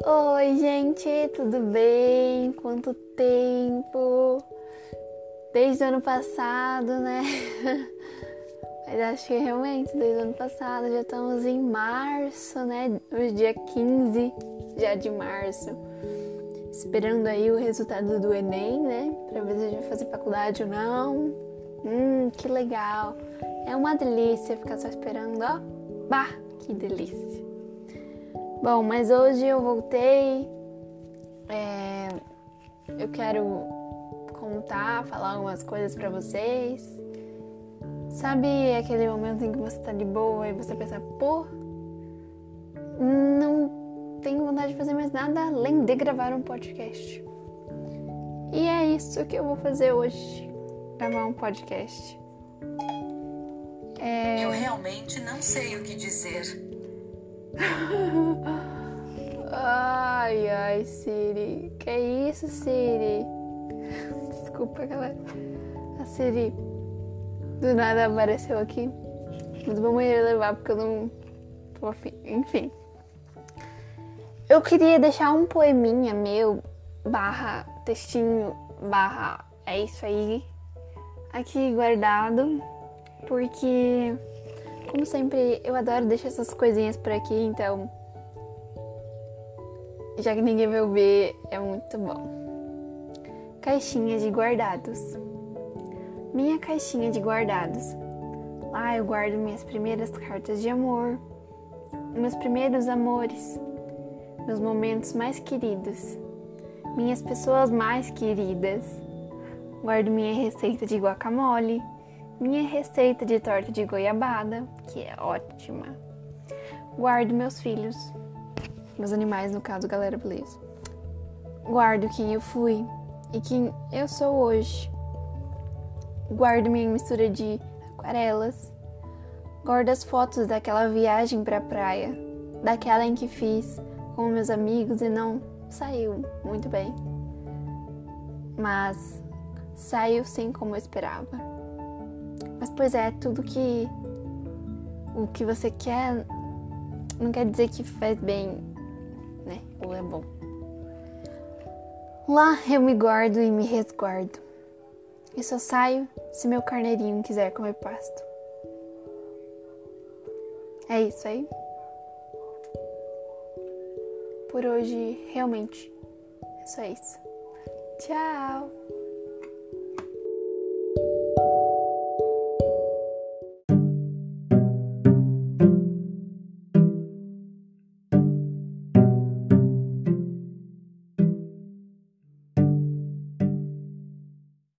Oi, gente, tudo bem? Quanto tempo? Desde o ano passado, né? Mas acho que realmente desde o ano passado, já estamos em março, né? Hoje dia 15 já de março. Esperando aí o resultado do Enem, né? Pra ver se a gente vai fazer faculdade ou não. Que legal! É uma delícia ficar só esperando, ó. Bah, que delícia! Bom, mas hoje eu voltei. Eu quero falar algumas coisas pra vocês. Sabe aquele momento em que você tá de boa e você pensa, pô, não tenho vontade de fazer mais nada além de gravar um podcast. E é isso que eu vou fazer hoje, gravar um podcast. Eu realmente não sei o que dizer. Ai, Siri. Que isso, Siri? Desculpa, galera. A Siri do nada apareceu aqui. Mas vamos relevar porque eu não tô afim. Enfim. Eu queria deixar um poeminha meu, textinho, é isso aí, aqui guardado. Porque, como sempre, eu adoro deixar essas coisinhas por aqui, então, já que ninguém vai ouvir, é muito bom. Caixinha de guardados. Minha caixinha de guardados. Lá eu guardo minhas primeiras cartas de amor, meus primeiros amores, meus momentos mais queridos, minhas pessoas mais queridas. Guardo minha receita de guacamole, minha receita de torta de goiabada, que é ótima. Guardo meus filhos, meus animais no caso, galera, beleza. Guardo quem eu fui e quem eu sou hoje. Guardo minha mistura de aquarelas. Guardo as fotos daquela viagem pra praia, daquela em que fiz com meus amigos e não saiu muito bem. Mas saiu sim como eu esperava. Mas pois é, o que você quer não quer dizer que faz bem, né? Ou é bom. Lá eu me guardo e me resguardo. E só saio se meu carneirinho quiser comer pasto. É isso aí. Por hoje, realmente, é só isso. Tchau!